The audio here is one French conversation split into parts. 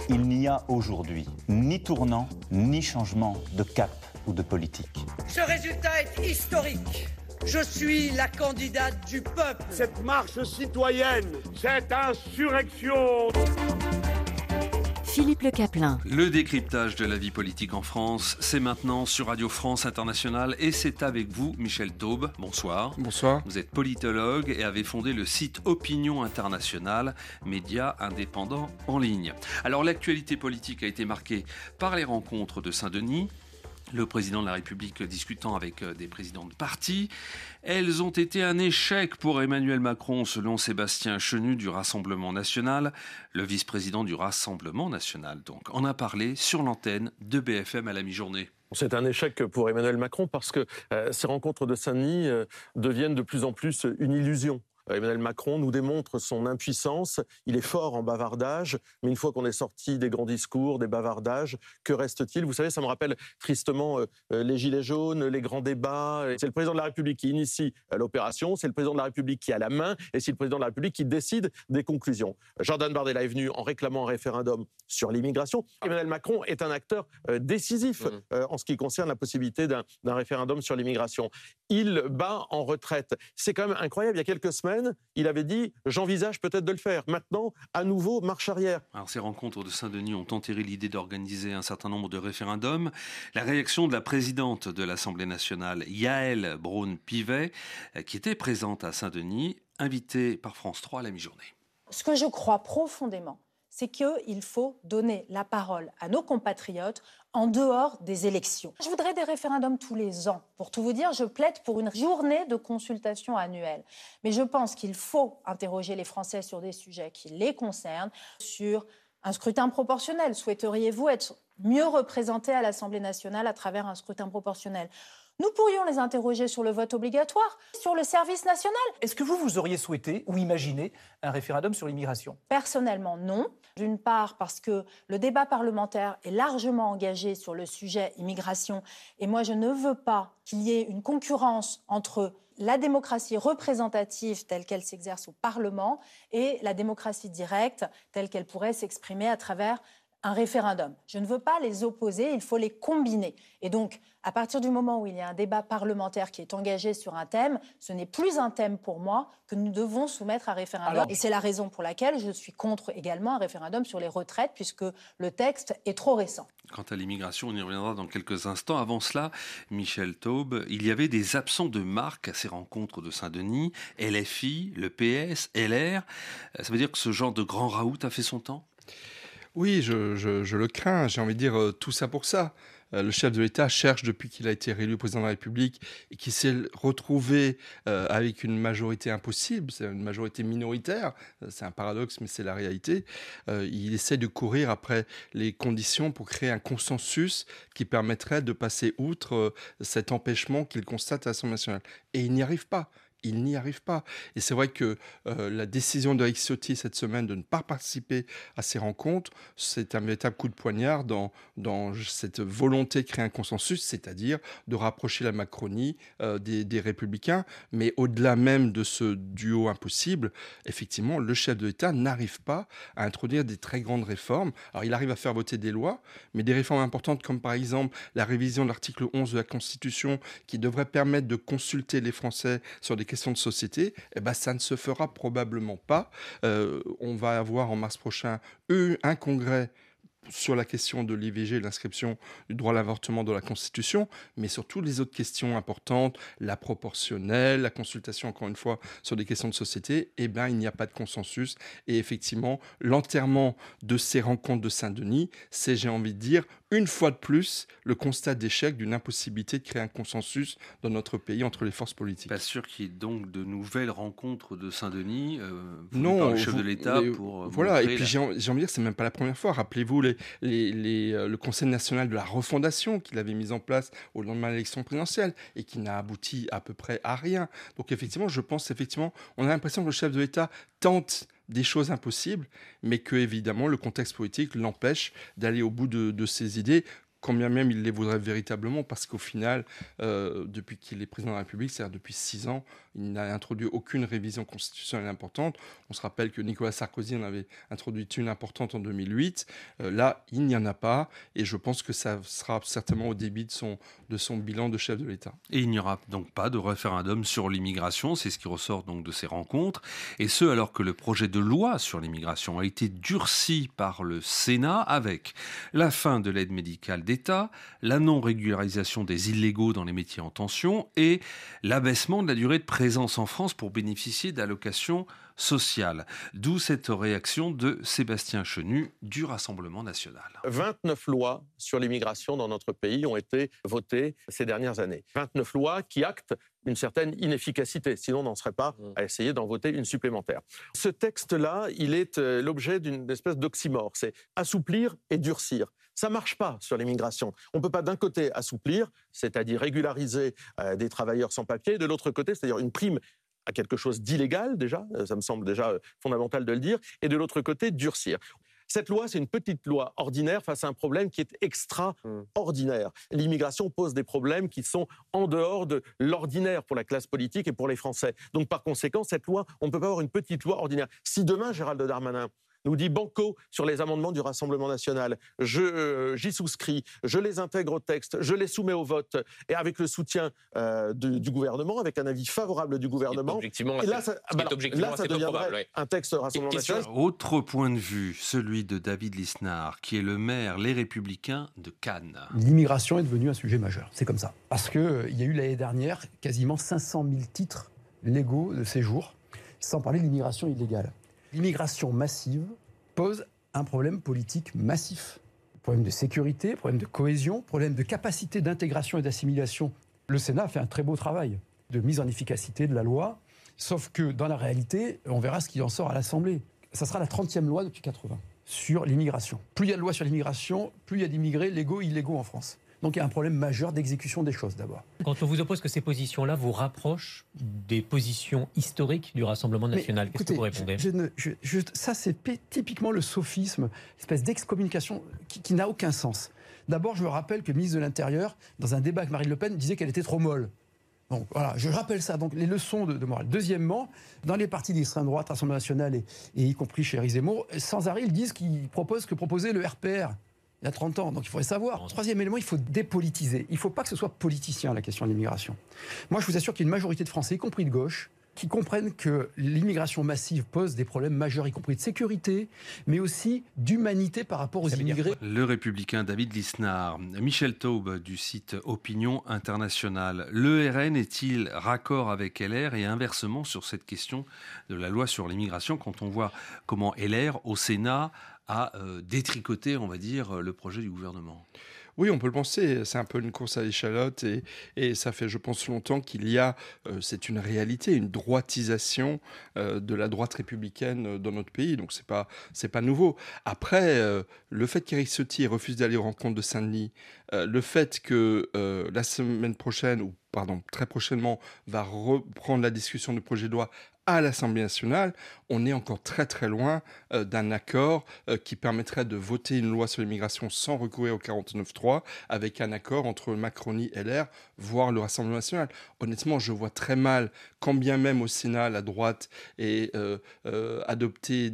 Il n'y a aujourd'hui ni tournant, ni changement de cap ou de politique. Ce résultat est historique. Je suis la candidate du peuple. Cette marche citoyenne, cette insurrection. Philippe Le Caplin. Le décryptage de la vie politique en France, c'est maintenant sur Radio France Internationale et c'est avec vous, Michel Taube. Bonsoir. Bonsoir. Vous êtes politologue et avez fondé le site Opinion Internationale, média indépendant en ligne. Alors l'actualité politique a été marquée par les rencontres de Saint-Denis, le président de la République discutant avec des présidents de partis. Elles ont été un échec pour Emmanuel Macron, selon Sébastien Chenu du Rassemblement National, le vice-président du Rassemblement National. Donc, on a parlé sur l'antenne de BFM à la mi-journée. C'est un échec pour Emmanuel Macron parce que ces rencontres de Saint-Denis deviennent de plus en plus une illusion. Emmanuel Macron nous démontre son impuissance. Il est fort en bavardage, mais une fois qu'on est sorti des grands discours, des bavardages, que reste-t-il ? Vous savez, ça me rappelle tristement les Gilets jaunes, les grands débats. C'est le président de la République qui initie l'opération, c'est le président de la République qui a la main, et c'est le président de la République qui décide des conclusions. Jordan Bardella est venu en réclamant un référendum sur l'immigration. Emmanuel Macron est un acteur décisif en ce qui concerne la possibilité d'un référendum sur l'immigration. Il bat en retraite. C'est quand même incroyable. Il y a quelques semaines, il avait dit « j'envisage peut-être de le faire ». Maintenant, à nouveau, marche arrière. Alors, ces rencontres de Saint-Denis ont enterré l'idée d'organiser un certain nombre de référendums. La réaction de la présidente de l'Assemblée nationale, Yaël Braun-Pivet, qui était présente à Saint-Denis, invitée par France 3 à la mi-journée. Ce que je crois profondément, c'est qu'il faut donner la parole à nos compatriotes en dehors des élections. Je voudrais des référendums tous les ans. Pour tout vous dire, je plaide pour une journée de consultation annuelle. Mais je pense qu'il faut interroger les Français sur des sujets qui les concernent, sur un scrutin proportionnel. Souhaiteriez-vous être mieux représentés à l'Assemblée nationale à travers un scrutin proportionnel ? Nous pourrions les interroger sur le vote obligatoire, sur le service national. Est-ce que vous auriez souhaité ou imaginé un référendum sur l'immigration ? Personnellement, non. D'une part, parce que le débat parlementaire est largement engagé sur le sujet immigration. Et moi, je ne veux pas qu'il y ait une concurrence entre la démocratie représentative telle qu'elle s'exerce au Parlement et la démocratie directe telle qu'elle pourrait s'exprimer à travers un référendum. Je ne veux pas les opposer, il faut les combiner. Et donc, à partir du moment où il y a un débat parlementaire qui est engagé sur un thème, ce n'est plus un thème pour moi que nous devons soumettre à référendum. Et c'est la raison pour laquelle je suis contre également un référendum sur les retraites, puisque le texte est trop récent. Quant à l'immigration, on y reviendra dans quelques instants. Avant cela, Michel Taube, il y avait des absents de marque à ces rencontres de Saint-Denis, LFI, le PS, LR. Ça veut dire que ce genre de grand raout a fait son temps ? Oui, je le crains. J'ai envie de dire tout ça pour ça. Le chef de l'État cherche, depuis qu'il a été réélu président de la République et qu'il s'est retrouvé avec une majorité impossible, c'est une majorité minoritaire, c'est un paradoxe mais c'est la réalité, il essaie de courir après les conditions pour créer un consensus qui permettrait de passer outre cet empêchement qu'il constate à l'Assemblée nationale. Et il n'y arrive pas. Il n'y arrive pas. Et c'est vrai que la décision d'Éric Ciotti cette semaine de ne pas participer à ces rencontres, c'est un véritable coup de poignard dans cette volonté de créer un consensus, c'est-à-dire de rapprocher la Macronie des Républicains. Mais au-delà même de ce duo impossible, effectivement, le chef de l'État n'arrive pas à introduire des très grandes réformes. Alors, il arrive à faire voter des lois, mais des réformes importantes comme par exemple la révision de l'article 11 de la Constitution qui devrait permettre de consulter les Français sur des questions de société, eh ben, ça ne se fera probablement pas. On va avoir en mars prochain un congrès sur la question de l'IVG, l'inscription du droit à l'avortement dans la Constitution, mais sur toutes les autres questions importantes, la proportionnelle, la consultation, encore une fois, sur des questions de société, eh bien, il n'y a pas de consensus. Et effectivement, l'enterrement de ces rencontres de Saint-Denis, c'est, j'ai envie de dire, une fois de plus, le constat d'échec d'une impossibilité de créer un consensus dans notre pays entre les forces politiques. Pas sûr qu'il y ait donc de nouvelles rencontres de Saint-Denis non, par le chef de l'État pour... Voilà, et puis j'ai envie de dire, c'est même pas la première fois. Rappelez-vous le Conseil national de la refondation qu'il avait mis en place au lendemain de l'élection présidentielle et qui n'a abouti à peu près à rien. Donc effectivement, je pense on a l'impression que le chef de l'État tente des choses impossibles, mais que évidemment le contexte politique l'empêche d'aller au bout de ses idées, quand bien même il les voudrait véritablement, parce qu'au final, depuis qu'il est président de la République, c'est-à-dire depuis 6 ans, il n'a introduit aucune révision constitutionnelle importante. On se rappelle que Nicolas Sarkozy en avait introduit une importante en 2008. Là, il n'y en a pas, et je pense que ça sera certainement au débit de son bilan de chef de l'État. Et il n'y aura donc pas de référendum sur l'immigration, c'est ce qui ressort donc de ces rencontres, et ce alors que le projet de loi sur l'immigration a été durci par le Sénat avec la fin de l'aide médicale d'État, la non-régularisation des illégaux dans les métiers en tension et l'abaissement de la durée de présence en France pour bénéficier d'allocations sociales. D'où cette réaction de Sébastien Chenu du Rassemblement national. 29 lois sur l'immigration dans notre pays ont été votées ces dernières années. 29 lois qui actent une certaine inefficacité, sinon on n'en serait pas à essayer d'en voter une supplémentaire. Ce texte-là, il est l'objet d'une espèce d'oxymore, c'est assouplir et durcir. Ça ne marche pas sur l'immigration. On ne peut pas d'un côté assouplir, c'est-à-dire régulariser des travailleurs sans papier, de l'autre côté, c'est-à-dire une prime à quelque chose d'illégal déjà, ça me semble déjà fondamental de le dire, et de l'autre côté, durcir. Cette loi, c'est une petite loi ordinaire face à un problème qui est extraordinaire. L'immigration pose des problèmes qui sont en dehors de l'ordinaire pour la classe politique et pour les Français. Donc par conséquent, cette loi, on ne peut pas avoir une petite loi ordinaire. Si demain, Gérald Darmanin nous dit banco sur les amendements du Rassemblement national, j'y souscris, je les intègre au texte, je les soumets au vote, et avec le soutien du gouvernement, avec un avis favorable du gouvernement, et là, ça deviendrait un texte Rassemblement national. Autre point de vue, celui de David Lisnard, qui est le maire Les Républicains de Cannes. L'immigration est devenue un sujet majeur, c'est comme ça. Parce qu'il y a eu l'année dernière quasiment 500 000 titres légaux de séjour, sans parler de l'immigration illégale. L'immigration massive pose un problème politique massif. Problème de sécurité, problème de cohésion, problème de capacité d'intégration et d'assimilation. Le Sénat a fait un très beau travail de mise en efficacité de la loi, sauf que dans la réalité, on verra ce qu'il en sort à l'Assemblée. Ça sera la 30e loi depuis 80 sur l'immigration. Plus il y a de lois sur l'immigration, plus il y a d'immigrés légaux et illégaux en France. Donc il y a un problème majeur d'exécution des choses d'abord. Quand on vous oppose que ces positions-là vous rapprochent des positions historiques du Rassemblement national, qu'est-ce que vous répondez ? Ça, c'est typiquement le sophisme, espèce d'excommunication qui n'a aucun sens. D'abord, je me rappelle que le ministre de l'Intérieur, dans un débat avec Marine Le Pen, disait qu'elle était trop molle. Donc voilà, je rappelle ça, donc les leçons de morale. Deuxièmement, dans les partis d'extrême droite, Rassemblement national et y compris chez Éric Zemmour, sans arrêt, ils disent qu'ils proposent que proposer le RPR. Il y a 30 ans, donc il faudrait savoir. Troisième élément, il faut dépolitiser. Il ne faut pas que ce soit politicien, la question de l'immigration. Moi, je vous assure qu'il y a une majorité de Français, y compris de gauche, qui comprennent que l'immigration massive pose des problèmes majeurs, y compris de sécurité, mais aussi d'humanité par rapport aux immigrés. Le républicain David Lisnard, Michel Taube du site Opinion Internationale. Le RN est-il raccord avec LR et inversement sur cette question de la loi sur l'immigration quand on voit comment LR au Sénat a détricoté, on va dire, le projet du gouvernement? Oui, on peut le penser. C'est un peu une course à l'échalote et ça fait, je pense, longtemps qu'il y a, c'est une réalité, une droitisation de la droite républicaine dans notre pays. Donc c'est pas nouveau. Après, le fait qu'Éric Ciotti refuse d'aller aux rencontres de Saint-Denis, le fait que la semaine prochaine, ou pardon, très prochainement, va reprendre la discussion du projet de loi à l'Assemblée nationale, on est encore très très loin d'un accord qui permettrait de voter une loi sur l'immigration sans recourir au 49.3 avec un accord entre Macronie et LR, voire le Rassemblement national. Honnêtement, je vois très mal, quand bien même au Sénat, la droite ait adopté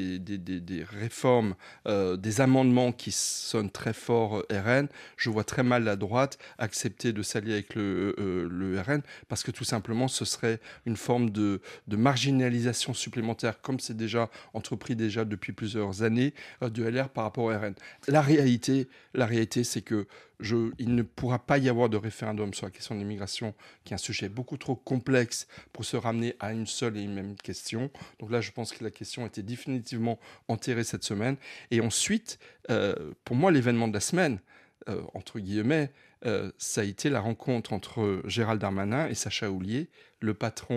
des réformes, des amendements qui sonnent très fort RN, je vois très mal la droite accepter de s'allier avec le RN parce que tout simplement ce serait une forme de marginalisation supplémentaire, comme c'est déjà entrepris depuis plusieurs années de LR par rapport au RN. La réalité, c'est que il ne pourra pas y avoir de référendum sur la question de l'immigration, qui est un sujet beaucoup trop complexe pour se ramener à une seule et une même question. Donc là, je pense que la question était définitivement enterrée cette semaine. Et ensuite, pour moi, l'événement de la semaine, entre guillemets, ça a été la rencontre entre Gérald Darmanin et Sacha Houlié, le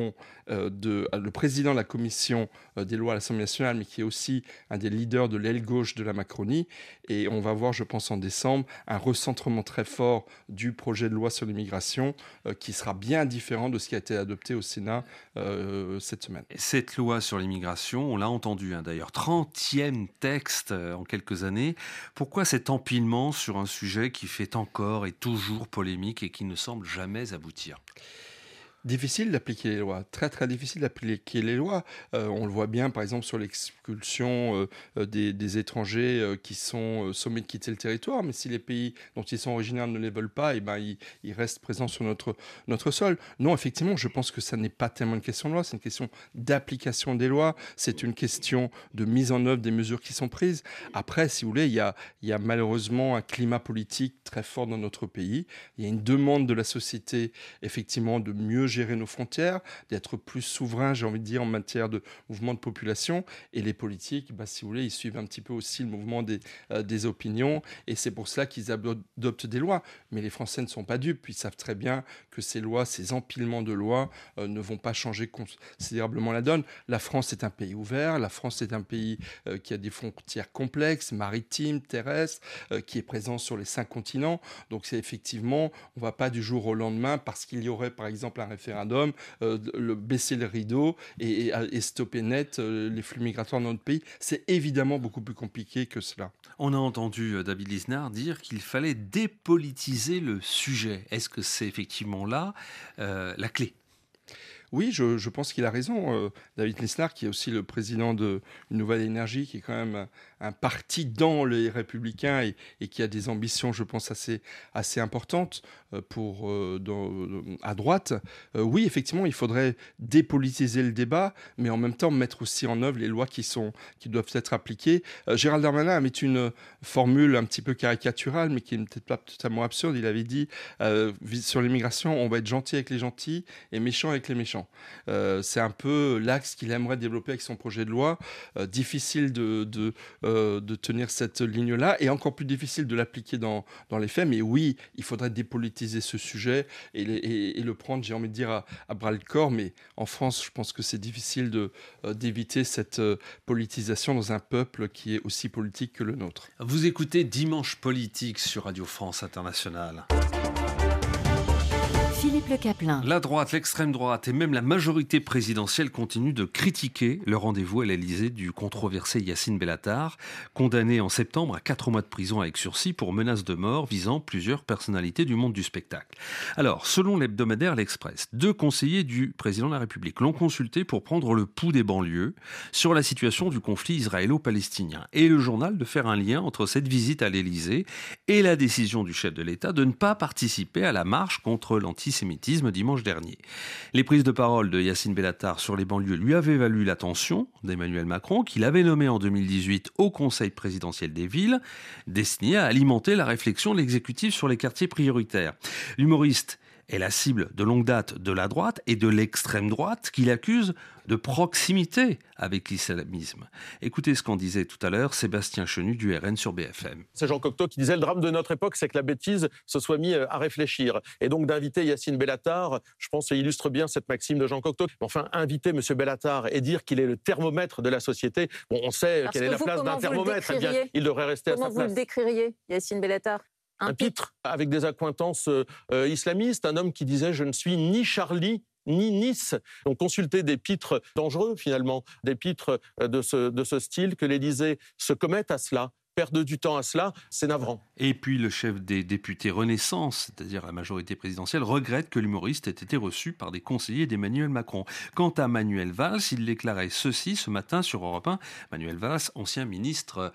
président de la commission des lois à l'Assemblée nationale, mais qui est aussi un des leaders de l'aile gauche de la Macronie. Et on va voir, je pense, en décembre, un recentrement très fort du projet de loi sur l'immigration qui sera bien différent de ce qui a été adopté au Sénat cette semaine. Cette loi sur l'immigration, on l'a entendu d'ailleurs, 30e texte en quelques années. Pourquoi cet empilement sur un sujet qui fait encore et toujours polémique et qui ne semble jamais aboutir ? Difficile d'appliquer les lois, très très difficile d'appliquer les lois. On le voit bien par exemple sur l'expulsion des étrangers qui sont sommés de quitter le territoire, mais si les pays dont ils sont originaires ne les veulent pas, ils restent présents sur notre sol. Non, effectivement, je pense que ça n'est pas tellement une question de loi, c'est une question d'application des lois, c'est une question de mise en œuvre des mesures qui sont prises. Après, si vous voulez, il y a malheureusement un climat politique très fort dans notre pays. Il y a une demande de la société, effectivement, de mieux gérer nos frontières, d'être plus souverain, j'ai envie de dire, en matière de mouvement de population. Et les politiques, si vous voulez, ils suivent un petit peu aussi le mouvement des opinions. Et c'est pour cela qu'ils adoptent des lois. Mais les Français ne sont pas dupes. Ils savent très bien que ces lois, ces empilements de lois ne vont pas changer considérablement la donne. La France est un pays ouvert. La France est un pays qui a des frontières complexes, maritimes, terrestres, qui est présent sur les 5 continents. Donc c'est effectivement, on ne va pas du jour au lendemain, parce qu'il y aurait par exemple un référendum, baisser le rideau et stopper net les flux migratoires dans notre pays. C'est évidemment beaucoup plus compliqué que cela. On a entendu David Lisnard dire qu'il fallait dépolitiser le sujet. Est-ce que c'est effectivement là la clé ? Oui, je pense qu'il a raison. David Lisnard, qui est aussi le président de Nouvelle Énergie, qui est quand même un parti dans les Républicains et qui a des ambitions, je pense, assez importantes à droite. Oui, effectivement, il faudrait dépolitiser le débat, mais en même temps mettre aussi en œuvre les lois qui doivent être appliquées. Gérald Darmanin a mis une formule un petit peu caricaturale, mais qui n'est peut-être pas totalement absurde. Il avait dit, sur l'immigration, on va être gentil avec les gentils et méchant avec les méchants. C'est un peu l'axe qu'il aimerait développer avec son projet de loi. Difficile de tenir cette ligne-là et encore plus difficile de l'appliquer dans les faits. Mais oui, il faudrait dépolitiser ce sujet et le prendre, j'ai envie de dire, à bras-le-corps. Mais en France, je pense que c'est difficile d'éviter cette politisation dans un peuple qui est aussi politique que le nôtre. Vous écoutez Dimanche Politique sur Radio France Internationale. Philippe Le Caplin. La droite, l'extrême droite et même la majorité présidentielle continuent de critiquer le rendez-vous à l'Elysée du controversé Yacine Bellatar, condamné en septembre à 4 mois de prison avec sursis pour menaces de mort visant plusieurs personnalités du monde du spectacle. Alors, selon l'hebdomadaire L'Express, 2 conseillers du président de la République l'ont consulté pour prendre le pouls des banlieues sur la situation du conflit israélo-palestinien. Et le journal de faire un lien entre cette visite à l'Elysée et la décision du chef de l'État de ne pas participer à la marche contre l'antisémitisme dimanche dernier. Les prises de parole de Yacine Bellatar sur les banlieues lui avaient valu l'attention d'Emmanuel Macron, qu'il avait nommé en 2018 au Conseil présidentiel des villes, destiné à alimenter la réflexion de l'exécutif sur les quartiers prioritaires. L'humoriste est la cible de longue date de la droite et de l'extrême droite qu'il accuse de proximité avec l'islamisme. Écoutez ce qu'en disait tout à l'heure Sébastien Chenu du RN sur BFM. C'est Jean Cocteau qui disait « Le drame de notre époque, c'est que la bêtise se soit mis à réfléchir ». Et donc d'inviter Yacine Bellatar, je pense que ça illustre bien cette maxime de Jean Cocteau. Enfin, inviter M. Bellatar et dire qu'il est le thermomètre de la société, on sait quelle est la place d'un thermomètre. Eh bien, il devrait rester à sa place. Comment vous le décririez, Yacine Bellatar ? Un pitre avec des accointances islamistes, un homme qui disait « Je ne suis ni Charlie ni Nice ». Donc consulter des pitres dangereux finalement, des pitres de ce style, que l'Élysée se commette à cela, perdre du temps à cela, c'est navrant. Et puis le chef des députés Renaissance, c'est-à-dire la majorité présidentielle, regrette que l'humoriste ait été reçu par des conseillers d'Emmanuel Macron. Quant à Manuel Valls, il déclarait ceci ce matin sur Europe 1. Manuel Valls, ancien ministre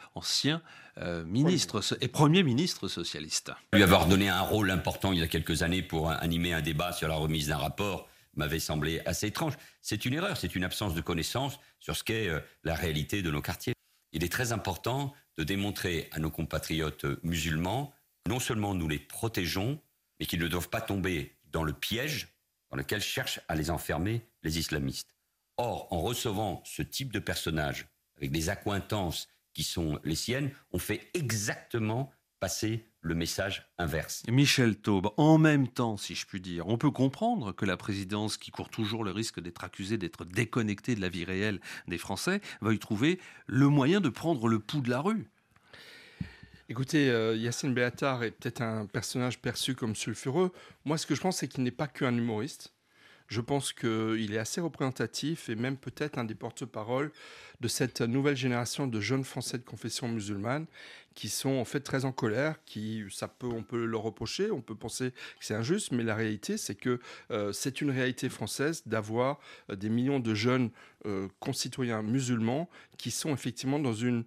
et Premier ministre socialiste. Lui avoir donné un rôle important il y a quelques années pour animer un débat sur la remise d'un rapport m'avait semblé assez étrange. C'est une erreur, c'est une absence de connaissance sur ce qu'est la réalité de nos quartiers. Il est très important de démontrer à nos compatriotes musulmans que non seulement nous les protégeons, mais qu'ils ne doivent pas tomber dans le piège dans lequel cherchent à les enfermer les islamistes. Or, en recevant ce type de personnages avec des accointances qui sont les siennes, on fait exactement passer le message inverse. Michel Taube, en même temps, si je puis dire, on peut comprendre que la présidence, qui court toujours le risque d'être accusée d'être déconnectée de la vie réelle des Français, veuille trouver le moyen de prendre le pouls de la rue. Écoutez, Yacine Bellatar est peut-être un personnage perçu comme sulfureux. Moi, ce que je pense, c'est qu'il n'est pas qu'un humoriste. Je pense qu'il est assez représentatif et même peut-être un des porte-parole de cette nouvelle génération de jeunes Français de confession musulmane qui sont en fait très en colère, on peut leur reprocher, on peut penser que c'est injuste, mais la réalité c'est que c'est une réalité française d'avoir des millions de jeunes concitoyens musulmans qui sont effectivement dans une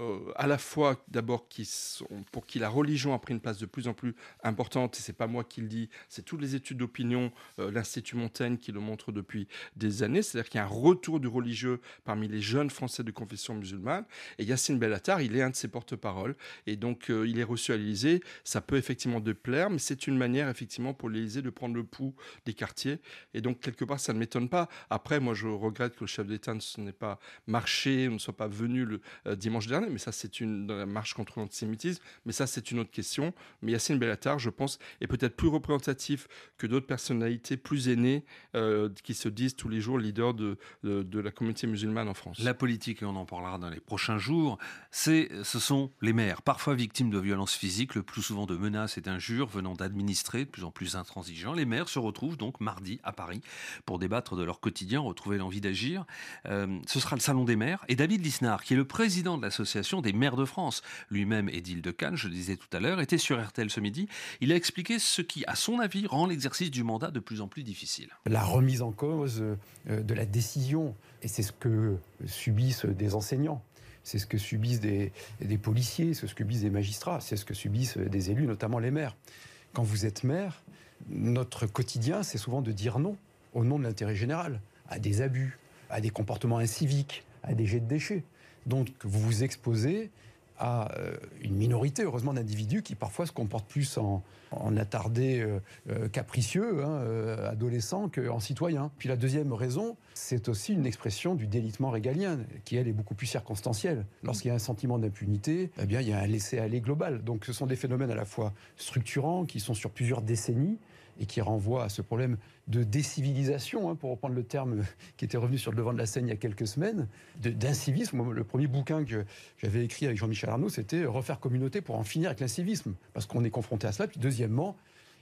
à la fois d'abord pour qui la religion a pris une place de plus en plus importante, et c'est pas moi qui le dis, c'est toutes les études d'opinion, l'Institut Montaigne qui le montre depuis des années, c'est-à-dire qu'il y a un retour du religieux parmi les jeunes Français de confession musulmane, et Yacine Bellatar, il est un de ses porte-parole, et donc il est reçu à l'Élysée. Ça peut effectivement déplaire, mais c'est une manière effectivement pour l'Élysée de prendre le pouls des quartiers, et donc quelque part ça ne m'étonne pas. Après, moi je regrette que le chef d'État ne n'ait pas marché, ne soit pas venu le dimanche dernier, mais ça c'est dans la marche contre l'antisémitisme, mais ça c'est une autre question. Mais Yacine Bellatar, je pense, est peut-être plus représentatif que d'autres personnalités plus aînées qui se disent tous les jours leaders de la communauté musulmane en France. La politique, et on en parlera dans les prochains jours, ce sont les maires, parfois victimes de violences physiques, le plus souvent de menaces et d'injures venant d'administrés de plus en plus intransigeants. Les maires se retrouvent donc mardi à Paris pour débattre de leur quotidien, retrouver l'envie d'agir. Ce sera le Salon des maires, et David Lisnard, qui est le président de l'association des maires de France, lui-même édile de Cannes, je le disais tout à l'heure, était sur RTL ce midi. Il a expliqué ce qui, à son avis, rend l'exercice du mandat de plus en plus difficile. La remise en cause de la décision, et c'est ce que subissent des enseignants. C'est ce que subissent des policiers, c'est ce que subissent des magistrats, c'est ce que subissent des élus, notamment les maires. Quand vous êtes maire, notre quotidien, c'est souvent de dire non, au nom de l'intérêt général, à des abus, à des comportements inciviques, à des jets de déchets. Donc vous vous exposez à une minorité, heureusement, d'individus qui parfois se comportent plus en attardés capricieux, adolescents, qu'en citoyens. Puis la deuxième raison, c'est aussi une expression du délitement régalien, qui elle est beaucoup plus circonstancielle. Lorsqu'il y a un sentiment d'impunité, eh bien il y a un laisser-aller global. Donc ce sont des phénomènes à la fois structurants, qui sont sur plusieurs décennies, et qui renvoie à ce problème de décivilisation, pour reprendre le terme qui était revenu sur le devant de la scène il y a quelques semaines, d'incivisme. Le premier bouquin que j'avais écrit avec Jean-Michel Arnaud, c'était « Refaire communauté pour en finir avec l'incivisme », parce qu'on est confronté à cela. Puis deuxièmement,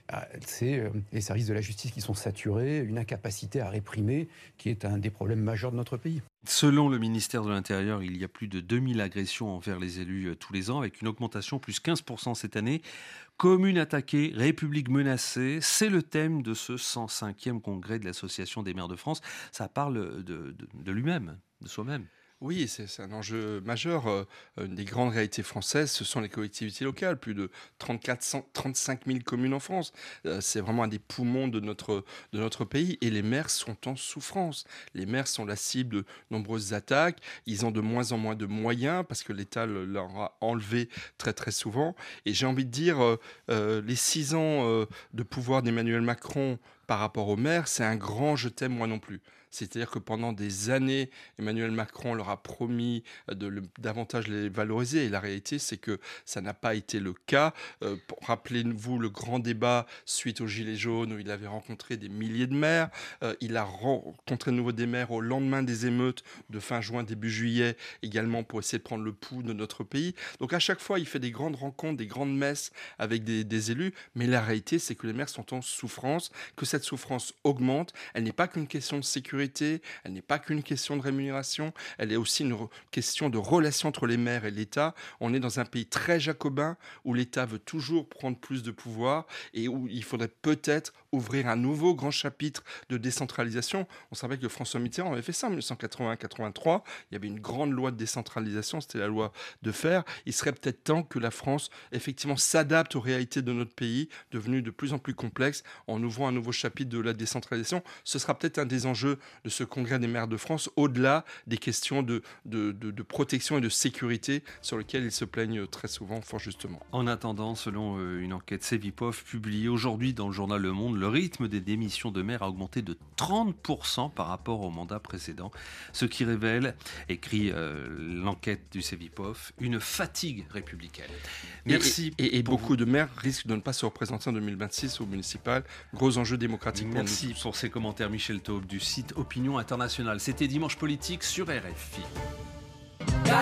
c'est les services de la justice qui sont saturés, une incapacité à réprimer, qui est un des problèmes majeurs de notre pays. Selon le ministère de l'Intérieur, il y a plus de 2000 agressions envers les élus tous les ans, avec une augmentation plus 15% cette année. Commune attaquée, République menacée, c'est le thème de ce 105e congrès de l'Association des maires de France. Ça parle de lui-même, de soi-même. Oui, c'est un enjeu majeur. Une des grandes réalités françaises, ce sont les collectivités locales. Plus de 35 000 communes en France. C'est vraiment un des poumons de notre pays. Et les maires sont en souffrance. Les maires sont la cible de nombreuses attaques. Ils ont de moins en moins de moyens parce que l'État leur a enlevé très très souvent. Et j'ai envie de dire, les 6 ans de pouvoir d'Emmanuel Macron par rapport aux maires, c'est un grand je t'aime moi non plus. C'est-à-dire que pendant des années, Emmanuel Macron leur a promis davantage les valoriser. Et la réalité, c'est que ça n'a pas été le cas. Rappelez-vous le grand débat suite aux Gilets jaunes où il avait rencontré des milliers de maires. Il a rencontré de nouveau des maires au lendemain des émeutes de fin juin, début juillet, également pour essayer de prendre le pouls de notre pays. Donc à chaque fois, il fait des grandes rencontres, des grandes messes avec des élus. Mais la réalité, c'est que les maires sont en souffrance, que cette souffrance augmente. Elle n'est pas qu'une question de sécurité. Elle n'est pas qu'une question de rémunération, elle est aussi une question de relation entre les maires et l'État. On est dans un pays très jacobin où l'État veut toujours prendre plus de pouvoir et où il faudrait peut-être ouvrir un nouveau grand chapitre de décentralisation. On se rappelle que François Mitterrand avait fait ça en 1980-83. Il y avait une grande loi de décentralisation, c'était la loi de fer. Il serait peut-être temps que la France, effectivement, s'adapte aux réalités de notre pays, devenu de plus en plus complexe, en ouvrant un nouveau chapitre de la décentralisation. Ce sera peut-être un des enjeux de ce congrès des maires de France, au-delà des questions de protection et de sécurité sur lesquelles ils se plaignent très souvent, fort justement. En attendant, selon une enquête Cevipof publiée aujourd'hui dans le journal Le Monde, le rythme des démissions de maires a augmenté de 30% par rapport au mandat précédent, ce qui révèle, écrit l'enquête du Cevipof, une fatigue républicaine. Merci. Et beaucoup de maires risquent de ne pas se représenter en 2026 au municipal. Gros enjeu démocratique pour nous. Merci pour ces commentaires, Michel Taube, du site Opinion Internationale. C'était Dimanche Politique sur RFI.